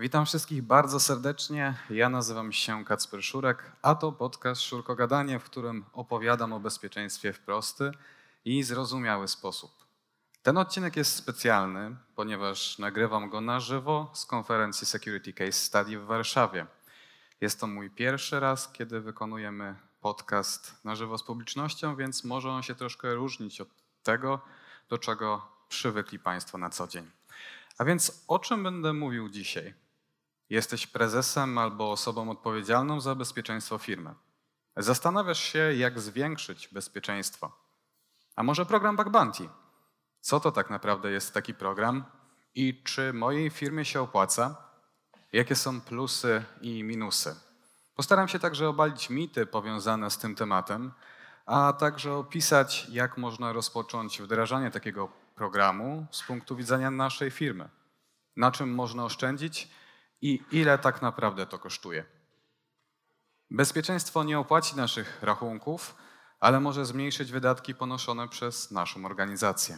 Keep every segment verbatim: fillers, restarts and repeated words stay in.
Witam wszystkich bardzo serdecznie. Ja nazywam się Kacper Szurek, a to podcast Szurkogadanie, w którym opowiadam o bezpieczeństwie w prosty i zrozumiały sposób. Ten odcinek jest specjalny, ponieważ nagrywam go na żywo z konferencji Security Case Study w Warszawie. Jest to mój pierwszy raz, kiedy wykonujemy podcast na żywo z publicznością, więc może on się troszkę różnić od tego, do czego przywykli Państwo na co dzień. A więc o czym będę mówił dzisiaj? Jesteś prezesem albo osobą odpowiedzialną za bezpieczeństwo firmy. Zastanawiasz się, jak zwiększyć bezpieczeństwo. A może program Bug Bounty? Co to tak naprawdę jest taki program i czy mojej firmie się opłaca? Jakie są plusy i minusy? Postaram się także obalić mity powiązane z tym tematem, a także opisać, jak można rozpocząć wdrażanie takiego programu z punktu widzenia naszej firmy. Na czym można oszczędzić i ile tak naprawdę to kosztuje. Bezpieczeństwo nie opłaci naszych rachunków, ale może zmniejszyć wydatki ponoszone przez naszą organizację.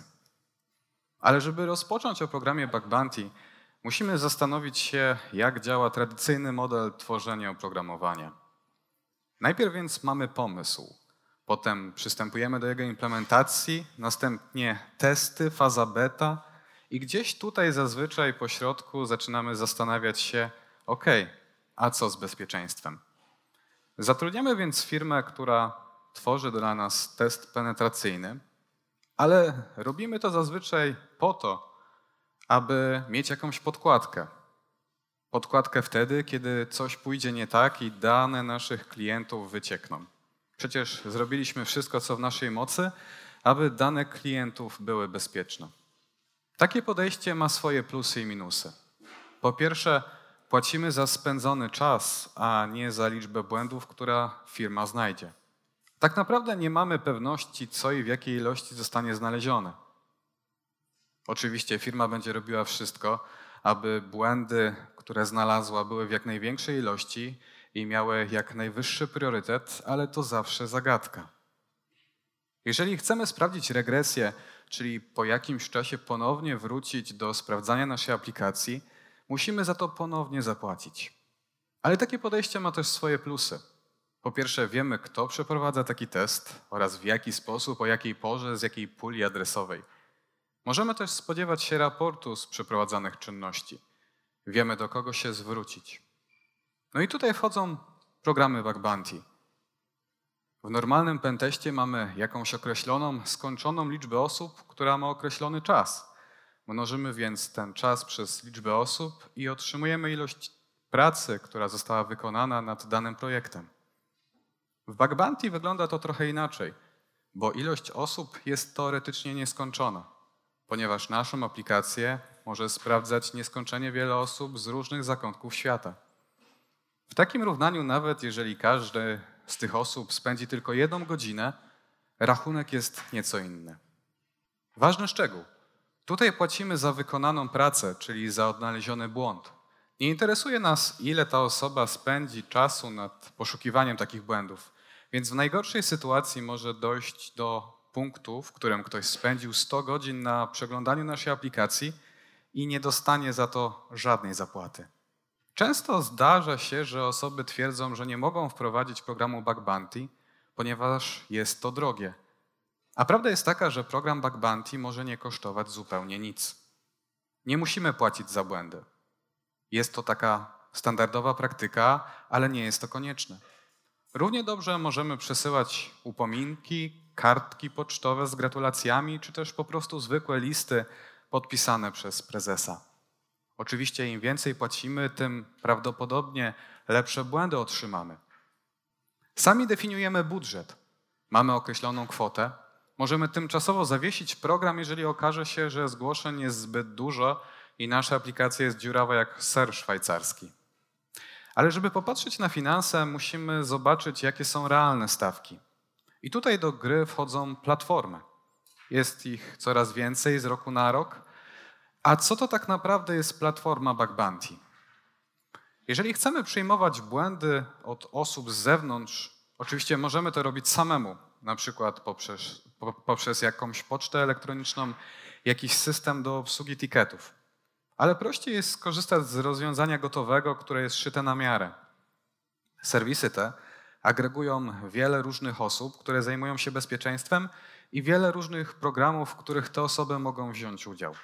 Ale żeby rozpocząć o programie Bug Bounty, musimy zastanowić się, jak działa tradycyjny model tworzenia oprogramowania. Najpierw więc mamy pomysł, potem przystępujemy do jego implementacji, następnie testy, faza beta i gdzieś tutaj zazwyczaj po środku zaczynamy zastanawiać się, ok, a co z bezpieczeństwem? Zatrudniamy więc firmę, która tworzy dla nas test penetracyjny, ale robimy to zazwyczaj po to, aby mieć jakąś podkładkę. Podkładkę wtedy, kiedy coś pójdzie nie tak i dane naszych klientów wyciekną. Przecież zrobiliśmy wszystko, co w naszej mocy, aby dane klientów były bezpieczne. Takie podejście ma swoje plusy i minusy. Po pierwsze, płacimy za spędzony czas, a nie za liczbę błędów, która firma znajdzie. Tak naprawdę nie mamy pewności, co i w jakiej ilości zostanie znalezione. Oczywiście firma będzie robiła wszystko, aby błędy, które znalazła, były w jak największej ilości i miały jak najwyższy priorytet, ale to zawsze zagadka. Jeżeli chcemy sprawdzić regresję, czyli po jakimś czasie ponownie wrócić do sprawdzania naszej aplikacji, musimy za to ponownie zapłacić. Ale takie podejście ma też swoje plusy. Po pierwsze, wiemy, kto przeprowadza taki test oraz w jaki sposób, o jakiej porze, z jakiej puli adresowej. Możemy też spodziewać się raportu z przeprowadzanych czynności. Wiemy, do kogo się zwrócić. No i tutaj wchodzą programy Bug Bounty. W normalnym penteście mamy jakąś określoną, skończoną liczbę osób, która ma określony czas. Mnożymy więc ten czas przez liczbę osób i otrzymujemy ilość pracy, która została wykonana nad danym projektem. W Bug Bounty wygląda to trochę inaczej, bo ilość osób jest teoretycznie nieskończona, ponieważ naszą aplikację może sprawdzać nieskończenie wiele osób z różnych zakątków świata. W takim równaniu, nawet jeżeli każdy z tych osób spędzi tylko jedną godzinę, rachunek jest nieco inny. Ważny szczegół. Tutaj płacimy za wykonaną pracę, czyli za odnaleziony błąd. Nie interesuje nas, ile ta osoba spędzi czasu nad poszukiwaniem takich błędów, więc w najgorszej sytuacji może dojść do punktu, w którym ktoś spędził sto godzin na przeglądaniu naszej aplikacji i nie dostanie za to żadnej zapłaty. Często zdarza się, że osoby twierdzą, że nie mogą wprowadzić programu Bug Bounty, ponieważ jest to drogie. A prawda jest taka, że program Bug Bounty może nie kosztować zupełnie nic. Nie musimy płacić za błędy. Jest to taka standardowa praktyka, ale nie jest to konieczne. Równie dobrze możemy przesyłać upominki, kartki pocztowe z gratulacjami, czy też po prostu zwykłe listy podpisane przez prezesa. Oczywiście im więcej płacimy, tym prawdopodobnie lepsze błędy otrzymamy. Sami definiujemy budżet. Mamy określoną kwotę. Możemy tymczasowo zawiesić program, jeżeli okaże się, że zgłoszeń jest zbyt dużo i nasza aplikacja jest dziurawa jak ser szwajcarski. Ale żeby popatrzeć na finanse, musimy zobaczyć, jakie są realne stawki. I tutaj do gry wchodzą platformy. Jest ich coraz więcej z roku na rok. A co to tak naprawdę jest platforma Bug Bounty? Jeżeli chcemy przyjmować błędy od osób z zewnątrz, oczywiście możemy to robić samemu, na przykład poprzez, poprzez jakąś pocztę elektroniczną, jakiś system do obsługi ticketów. Ale prościej jest skorzystać z rozwiązania gotowego, które jest szyte na miarę. Serwisy te agregują wiele różnych osób, które zajmują się bezpieczeństwem i wiele różnych programów, w których te osoby mogą wziąć udział.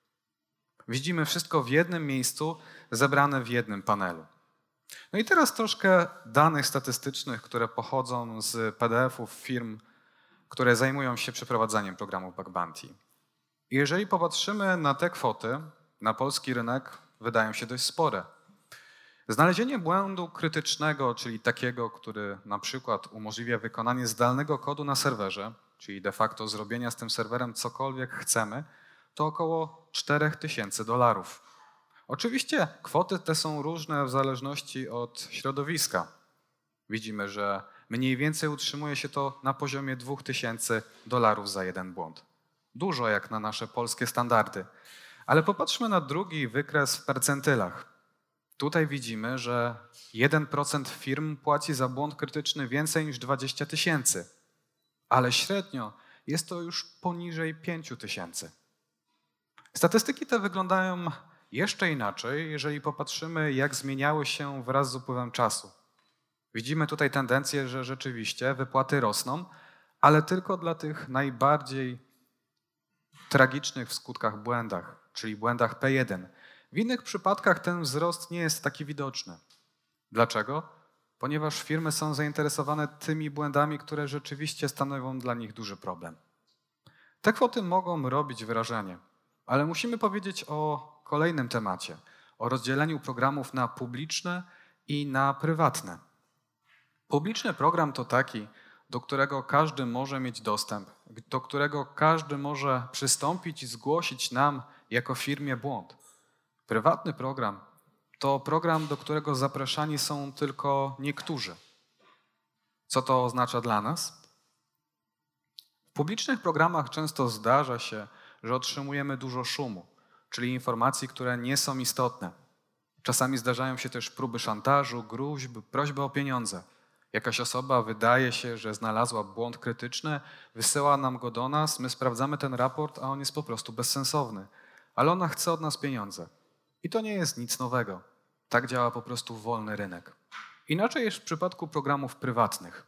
Widzimy wszystko w jednym miejscu, zebrane w jednym panelu. No i teraz troszkę danych statystycznych, które pochodzą z P D F-ów firm, które zajmują się przeprowadzaniem programów Bug Bounty. Jeżeli popatrzymy na te kwoty, na polski rynek wydają się dość spore. Znalezienie błędu krytycznego, czyli takiego, który na przykład umożliwia wykonanie zdalnego kodu na serwerze, czyli de facto zrobienia z tym serwerem cokolwiek chcemy, to około cztery tysiące dolarów. Oczywiście kwoty te są różne w zależności od środowiska. Widzimy, że mniej więcej utrzymuje się to na poziomie dwa tysiące dolarów za jeden błąd. Dużo jak na nasze polskie standardy. Ale popatrzmy na drugi wykres w percentylach. Tutaj widzimy, że jeden procent firm płaci za błąd krytyczny więcej niż dwadzieścia tysięcy, ale średnio jest to już poniżej pięć tysięcy. Statystyki te wyglądają jeszcze inaczej, jeżeli popatrzymy, jak zmieniały się wraz z upływem czasu. Widzimy tutaj tendencję, że rzeczywiście wypłaty rosną, ale tylko dla tych najbardziej tragicznych w skutkach błędach, czyli błędach P jeden. W innych przypadkach ten wzrost nie jest taki widoczny. Dlaczego? Ponieważ firmy są zainteresowane tymi błędami, które rzeczywiście stanowią dla nich duży problem. Te kwoty mogą robić wrażenie, ale musimy powiedzieć o kolejnym temacie, o rozdzieleniu programów na publiczne i na prywatne. Publiczny program to taki, do którego każdy może mieć dostęp, do którego każdy może przystąpić i zgłosić nam jako firmie błąd. Prywatny program to program, do którego zapraszani są tylko niektórzy. Co to oznacza dla nas? W publicznych programach często zdarza się, że otrzymujemy dużo szumu, czyli informacji, które nie są istotne. Czasami zdarzają się też próby szantażu, gróźb, prośby o pieniądze. Jakaś osoba wydaje się, że znalazła błąd krytyczny, wysyła nam go do nas, my sprawdzamy ten raport, a on jest po prostu bezsensowny. Ale ona chce od nas pieniądze. I to nie jest nic nowego. Tak działa po prostu wolny rynek. Inaczej jest w przypadku programów prywatnych.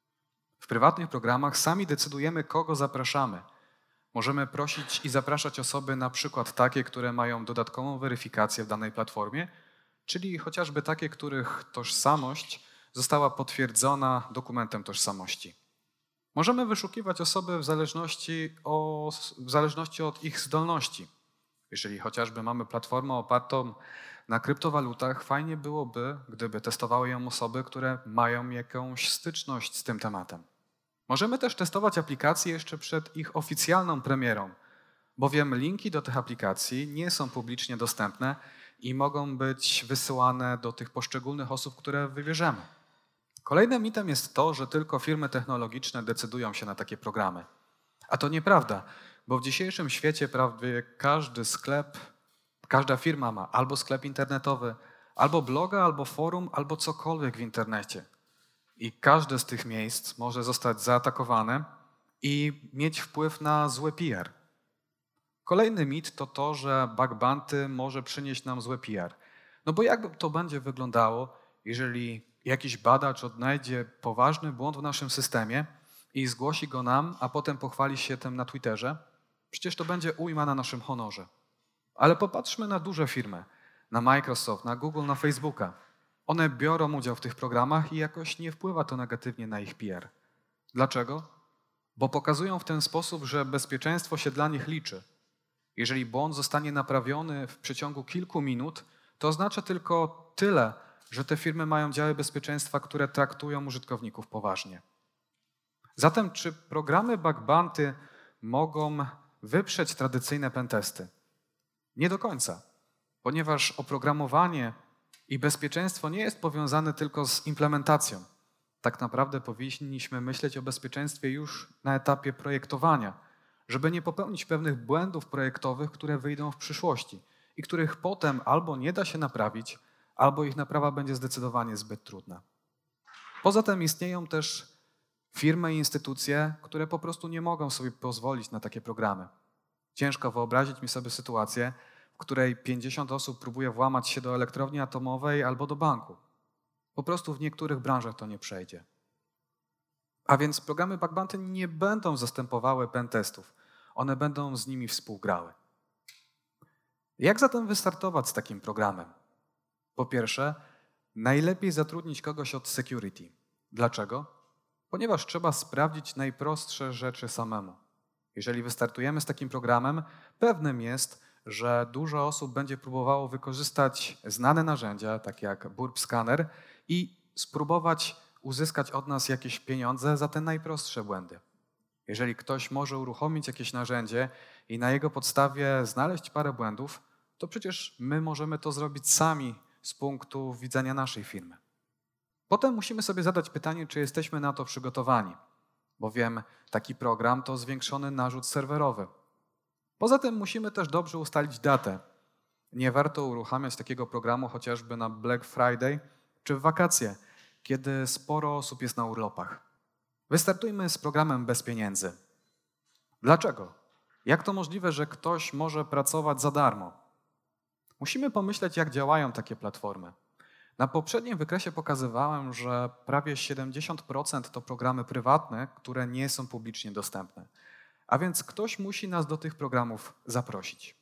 W prywatnych programach sami decydujemy, kogo zapraszamy. Możemy prosić i zapraszać osoby na przykład takie, które mają dodatkową weryfikację w danej platformie, czyli chociażby takie, których tożsamość została potwierdzona dokumentem tożsamości. Możemy wyszukiwać osoby w zależności, o, w zależności od ich zdolności. Jeżeli chociażby mamy platformę opartą na kryptowalutach, fajnie byłoby, gdyby testowały ją osoby, które mają jakąś styczność z tym tematem. Możemy też testować aplikacje jeszcze przed ich oficjalną premierą, bowiem linki do tych aplikacji nie są publicznie dostępne i mogą być wysyłane do tych poszczególnych osób, które wybierzemy. Kolejnym mitem jest to, że tylko firmy technologiczne decydują się na takie programy. A to nieprawda, bo w dzisiejszym świecie prawie każdy sklep, każda firma ma albo sklep internetowy, albo bloga, albo forum, albo cokolwiek w internecie. I każde z tych miejsc może zostać zaatakowane i mieć wpływ na zły P R. Kolejny mit to to, że bug bounty może przynieść nam zły P R. No bo jak to będzie wyglądało, jeżeli jakiś badacz odnajdzie poważny błąd w naszym systemie i zgłosi go nam, a potem pochwali się tym na Twitterze? Przecież to będzie ujma na naszym honorze. Ale popatrzmy na duże firmy, na Microsoft, na Google, na Facebooka. One biorą udział w tych programach i jakoś nie wpływa to negatywnie na ich P R. Dlaczego? Bo pokazują w ten sposób, że bezpieczeństwo się dla nich liczy. Jeżeli błąd zostanie naprawiony w przeciągu kilku minut, to oznacza tylko tyle, że te firmy mają działy bezpieczeństwa, które traktują użytkowników poważnie. Zatem czy programy bug bounty mogą wyprzeć tradycyjne pentesty? Nie do końca, ponieważ oprogramowanie i bezpieczeństwo nie jest powiązane tylko z implementacją. Tak naprawdę powinniśmy myśleć o bezpieczeństwie już na etapie projektowania, żeby nie popełnić pewnych błędów projektowych, które wyjdą w przyszłości i których potem albo nie da się naprawić, albo ich naprawa będzie zdecydowanie zbyt trudna. Poza tym istnieją też firmy i instytucje, które po prostu nie mogą sobie pozwolić na takie programy. Ciężko wyobrazić mi sobie sytuację, w której pięćdziesiąt osób próbuje włamać się do elektrowni atomowej albo do banku. Po prostu w niektórych branżach to nie przejdzie. A więc programy bug bounty nie będą zastępowały pentestów. One będą z nimi współgrały. Jak zatem wystartować z takim programem? Po pierwsze, najlepiej zatrudnić kogoś od security. Dlaczego? Ponieważ trzeba sprawdzić najprostsze rzeczy samemu. Jeżeli wystartujemy z takim programem, pewnym jest, że dużo osób będzie próbowało wykorzystać znane narzędzia, takie jak Burp Scanner, i spróbować uzyskać od nas jakieś pieniądze za te najprostsze błędy. Jeżeli ktoś może uruchomić jakieś narzędzie i na jego podstawie znaleźć parę błędów, to przecież my możemy to zrobić sami z punktu widzenia naszej firmy. Potem musimy sobie zadać pytanie, czy jesteśmy na to przygotowani, bowiem taki program to zwiększony narzut serwerowy. Poza tym musimy też dobrze ustalić datę. Nie warto uruchamiać takiego programu chociażby na Black Friday czy w wakacje, kiedy sporo osób jest na urlopach. Wystartujmy z programem bez pieniędzy. Dlaczego? Jak to możliwe, że ktoś może pracować za darmo? Musimy pomyśleć, jak działają takie platformy. Na poprzednim wykresie pokazywałem, że prawie siedemdziesiąt procent to programy prywatne, które nie są publicznie dostępne. A więc ktoś musi nas do tych programów zaprosić.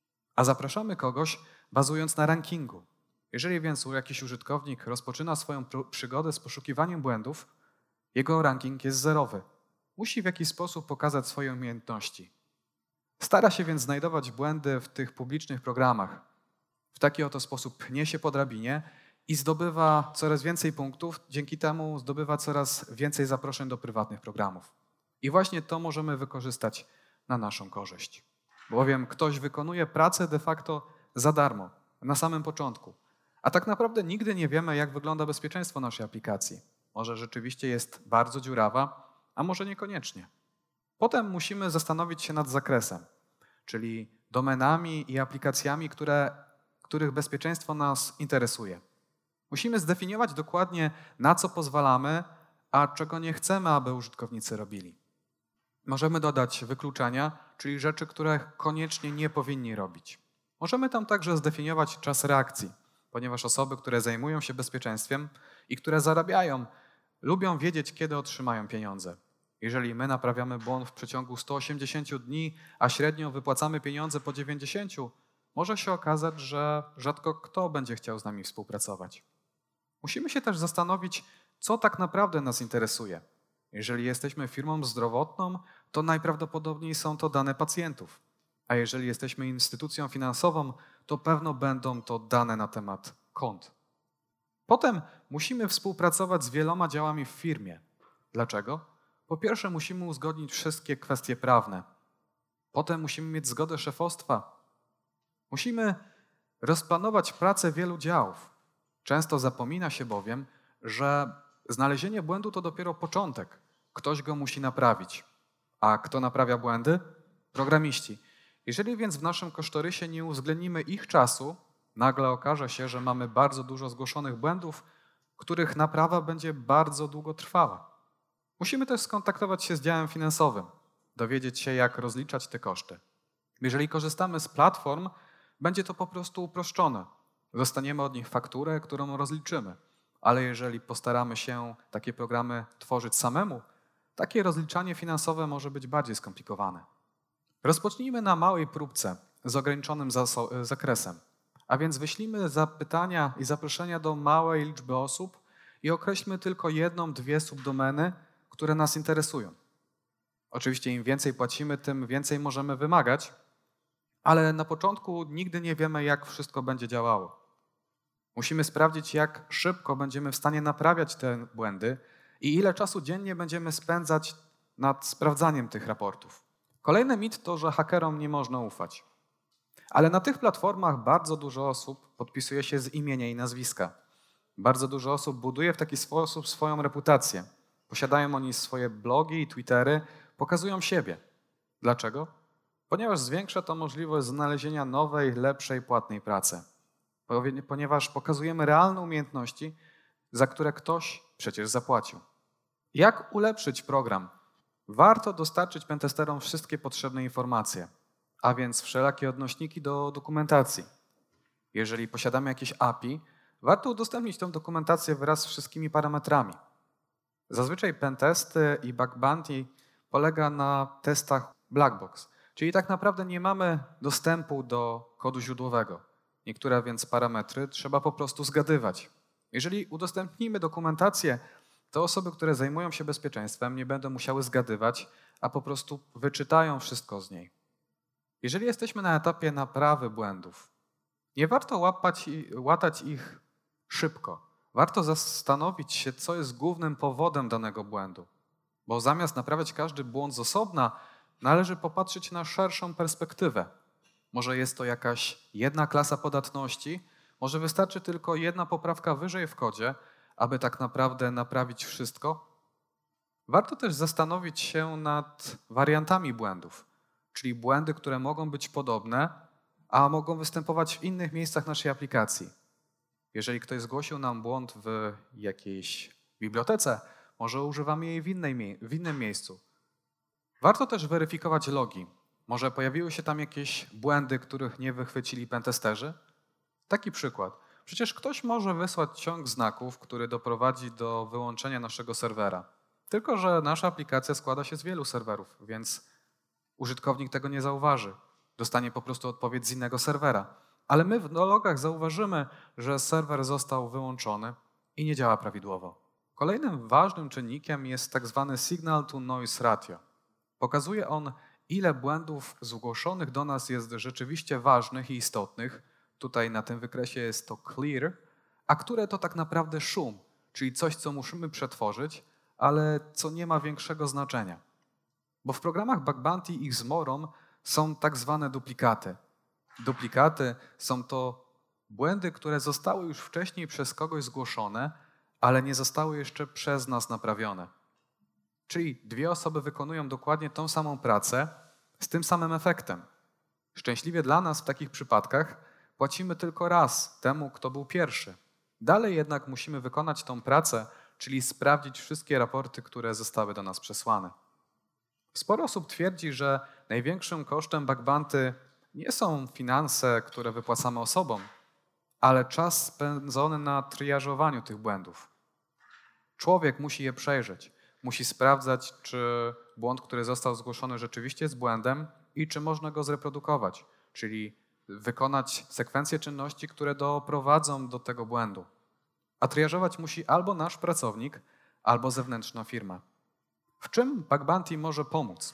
A zapraszamy kogoś bazując na rankingu. Jeżeli więc jakiś użytkownik rozpoczyna swoją przygodę z poszukiwaniem błędów, jego ranking jest zerowy. Musi w jakiś sposób pokazać swoje umiejętności. Stara się więc znajdować błędy w tych publicznych programach. W taki oto sposób pnie się po drabinie i zdobywa coraz więcej punktów, dzięki temu zdobywa coraz więcej zaproszeń do prywatnych programów. I właśnie to możemy wykorzystać na naszą korzyść. Bowiem ktoś wykonuje pracę de facto za darmo, na samym początku. A tak naprawdę nigdy nie wiemy, jak wygląda bezpieczeństwo naszej aplikacji. Może rzeczywiście jest bardzo dziurawa, a może niekoniecznie. Potem musimy zastanowić się nad zakresem, czyli domenami i aplikacjami, które, których bezpieczeństwo nas interesuje. Musimy zdefiniować dokładnie, na co pozwalamy, a czego nie chcemy, aby użytkownicy robili. Możemy dodać wykluczenia, czyli rzeczy, które koniecznie nie powinni robić. Możemy tam także zdefiniować czas reakcji, ponieważ osoby, które zajmują się bezpieczeństwem i które zarabiają, lubią wiedzieć, kiedy otrzymają pieniądze. Jeżeli my naprawiamy błąd w przeciągu stu osiemdziesięciu dni, a średnio wypłacamy pieniądze po dziewięćdziesięciu, może się okazać, że rzadko kto będzie chciał z nami współpracować. Musimy się też zastanowić, co tak naprawdę nas interesuje. Jeżeli jesteśmy firmą zdrowotną, to najprawdopodobniej są to dane pacjentów. A jeżeli jesteśmy instytucją finansową, to pewno będą to dane na temat kont. Potem musimy współpracować z wieloma działami w firmie. Dlaczego? Po pierwsze musimy uzgodnić wszystkie kwestie prawne. Potem musimy mieć zgodę szefostwa. Musimy rozplanować pracę wielu działów. Często zapomina się bowiem, że znalezienie błędu to dopiero początek. Ktoś go musi naprawić. A kto naprawia błędy? Programiści. Jeżeli więc w naszym kosztorysie nie uwzględnimy ich czasu, nagle okaże się, że mamy bardzo dużo zgłoszonych błędów, których naprawa będzie bardzo długo trwała. Musimy też skontaktować się z działem finansowym, dowiedzieć się, jak rozliczać te koszty. Jeżeli korzystamy z platform, będzie to po prostu uproszczone. Dostaniemy od nich fakturę, którą rozliczymy. Ale jeżeli postaramy się takie programy tworzyć samemu, takie rozliczanie finansowe może być bardziej skomplikowane. Rozpocznijmy na małej próbce z ograniczonym zakresem, a więc wyślijmy zapytania i zaproszenia do małej liczby osób i określmy tylko jedną, dwie subdomeny, które nas interesują. Oczywiście im więcej płacimy, tym więcej możemy wymagać, ale na początku nigdy nie wiemy, jak wszystko będzie działało. Musimy sprawdzić, jak szybko będziemy w stanie naprawiać te błędy i ile czasu dziennie będziemy spędzać nad sprawdzaniem tych raportów. Kolejny mit to, że hakerom nie można ufać. Ale na tych platformach bardzo dużo osób podpisuje się z imienia i nazwiska. Bardzo dużo osób buduje w taki sposób swoją reputację. Posiadają oni swoje blogi i twittery, pokazują siebie. Dlaczego? Ponieważ zwiększa to możliwość znalezienia nowej, lepszej, płatnej pracy. Ponieważ pokazujemy realne umiejętności, za które ktoś przecież zapłacił. Jak ulepszyć program? Warto dostarczyć pentesterom wszystkie potrzebne informacje. a więc wszelakie odnośniki do dokumentacji. Jeżeli posiadamy jakieś A P I, warto udostępnić tę dokumentację wraz z wszystkimi parametrami. Zazwyczaj pentesty i bug bounty polega na testach black box, czyli tak naprawdę nie mamy dostępu do kodu źródłowego. Niektóre więc parametry trzeba po prostu zgadywać. Jeżeli udostępnimy dokumentację, to osoby, które zajmują się bezpieczeństwem, nie będą musiały zgadywać, a po prostu wyczytają wszystko z niej. Jeżeli jesteśmy na etapie naprawy błędów, nie warto łapać i, łatać ich szybko. Warto zastanowić się, co jest głównym powodem danego błędu. Bo zamiast naprawiać każdy błąd z osobna, należy popatrzeć na szerszą perspektywę. Może jest to jakaś jedna klasa podatności, może wystarczy tylko jedna poprawka wyżej w kodzie, aby tak naprawdę naprawić wszystko. Warto też zastanowić się nad wariantami błędów, czyli błędy, które mogą być podobne, a mogą występować w innych miejscach naszej aplikacji. Jeżeli ktoś zgłosił nam błąd w jakiejś bibliotece, może używamy jej w, innej, w innym miejscu. Warto też weryfikować logi. Może pojawiły się tam jakieś błędy, których nie wychwycili pentesterzy? Taki przykład. Przecież ktoś może wysłać ciąg znaków, który doprowadzi do wyłączenia naszego serwera. Tylko że nasza aplikacja składa się z wielu serwerów, więc użytkownik tego nie zauważy. Dostanie po prostu odpowiedź z innego serwera. Ale my w logach zauważymy, że serwer został wyłączony i nie działa prawidłowo. Kolejnym ważnym czynnikiem jest tak zwany signal to noise ratio. Pokazuje on, ile błędów zgłoszonych do nas jest rzeczywiście ważnych i istotnych. Tutaj na tym wykresie jest to clear, a które to tak naprawdę szum, czyli coś, co musimy przetworzyć, ale co nie ma większego znaczenia. Bo w programach bug bounty i Xmoron są tak zwane duplikaty. Duplikaty są to błędy, które zostały już wcześniej przez kogoś zgłoszone, ale nie zostały jeszcze przez nas naprawione. Czyli dwie osoby wykonują dokładnie tą samą pracę z tym samym efektem. Szczęśliwie dla nas w takich przypadkach płacimy tylko raz temu, kto był pierwszy. Dalej jednak musimy wykonać tą pracę, czyli sprawdzić wszystkie raporty, które zostały do nas przesłane. Sporo osób twierdzi, że największym kosztem bug bounty nie są finanse, które wypłacamy osobom, ale czas spędzony na triażowaniu tych błędów. Człowiek musi je przejrzeć, musi sprawdzać, czy błąd, który został zgłoszony, rzeczywiście jest błędem i czy można go zreprodukować, czyli wykonać sekwencję czynności, które doprowadzą do tego błędu. A triażować musi albo nasz pracownik, albo zewnętrzna firma. W czym bug bounty może pomóc?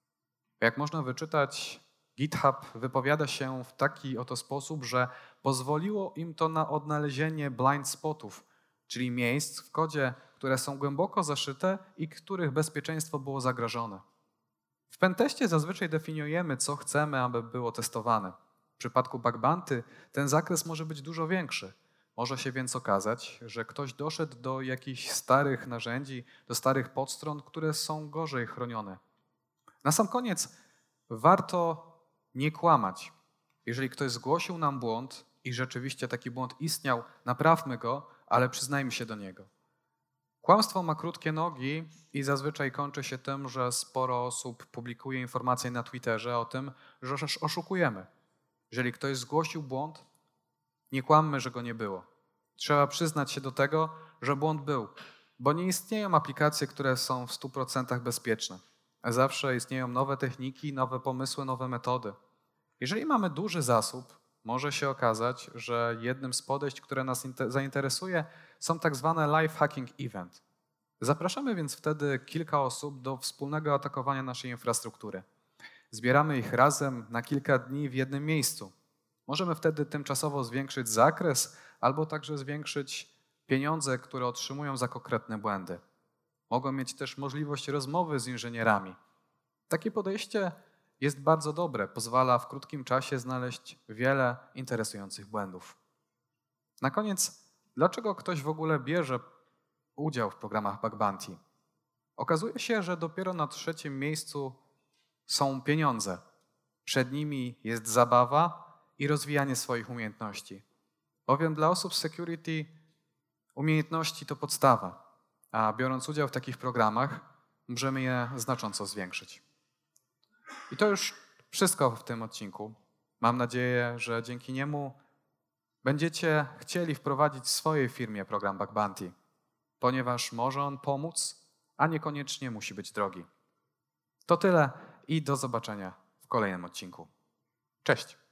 Jak można wyczytać, GitHub wypowiada się w taki oto sposób, że pozwoliło im to na odnalezienie blind spotów, czyli miejsc w kodzie, które są głęboko zaszyte i których bezpieczeństwo było zagrożone. W penteście zazwyczaj definiujemy, co chcemy, aby było testowane. W przypadku bug bounty ten zakres może być dużo większy. Może się więc okazać, że ktoś doszedł do jakichś starych narzędzi, do starych podstron, które są gorzej chronione. Na sam koniec warto nie kłamać. Jeżeli ktoś zgłosił nam błąd i rzeczywiście taki błąd istniał, naprawmy go, ale przyznajmy się do niego. Kłamstwo ma krótkie nogi i zazwyczaj kończy się tym, że sporo osób publikuje informacje na Twitterze o tym, że oszukujemy. Jeżeli ktoś zgłosił błąd, nie kłammy, że go nie było. Trzeba przyznać się do tego, że błąd był, bo nie istnieją aplikacje, które są w stu procentach bezpieczne. Zawsze istnieją nowe techniki, nowe pomysły, nowe metody. Jeżeli mamy duży zasób, może się okazać, że jednym z podejść, które nas zainteresuje, są tak zwane life hacking event. Zapraszamy więc wtedy kilka osób do wspólnego atakowania naszej infrastruktury. Zbieramy ich razem na kilka dni w jednym miejscu. Możemy wtedy tymczasowo zwiększyć zakres albo także zwiększyć pieniądze, które otrzymują za konkretne błędy. Mogą mieć też możliwość rozmowy z inżynierami. Takie podejście jest bardzo dobre, pozwala w krótkim czasie znaleźć wiele interesujących błędów. Na koniec, dlaczego ktoś w ogóle bierze udział w programach bug bounty? Okazuje się, że dopiero na trzecim miejscu są pieniądze. Przed nimi jest zabawa i rozwijanie swoich umiejętności. Bowiem dla osób z security umiejętności to podstawa, a biorąc udział w takich programach możemy je znacząco zwiększyć. I to już wszystko w tym odcinku. Mam nadzieję, że dzięki niemu będziecie chcieli wprowadzić w swojej firmie program Bug Bounty, ponieważ może on pomóc, a niekoniecznie musi być drogi. To tyle i do zobaczenia w kolejnym odcinku. Cześć!